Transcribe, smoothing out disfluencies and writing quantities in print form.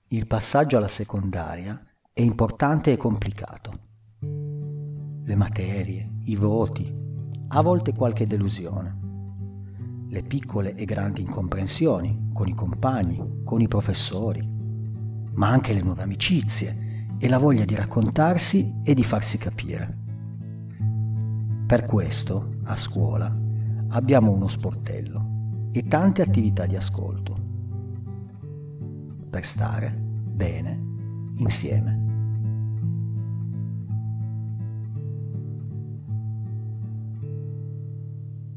Il passaggio alla secondaria è importante e complicato. Le materie, i voti, a volte qualche delusione. Le piccole e grandi incomprensioni con i compagni, con i professori, ma anche le nuove amicizie e la voglia di raccontarsi e di farsi capire. Per questo, a scuola, abbiamo uno sportello e tante attività di ascolto per stare bene insieme.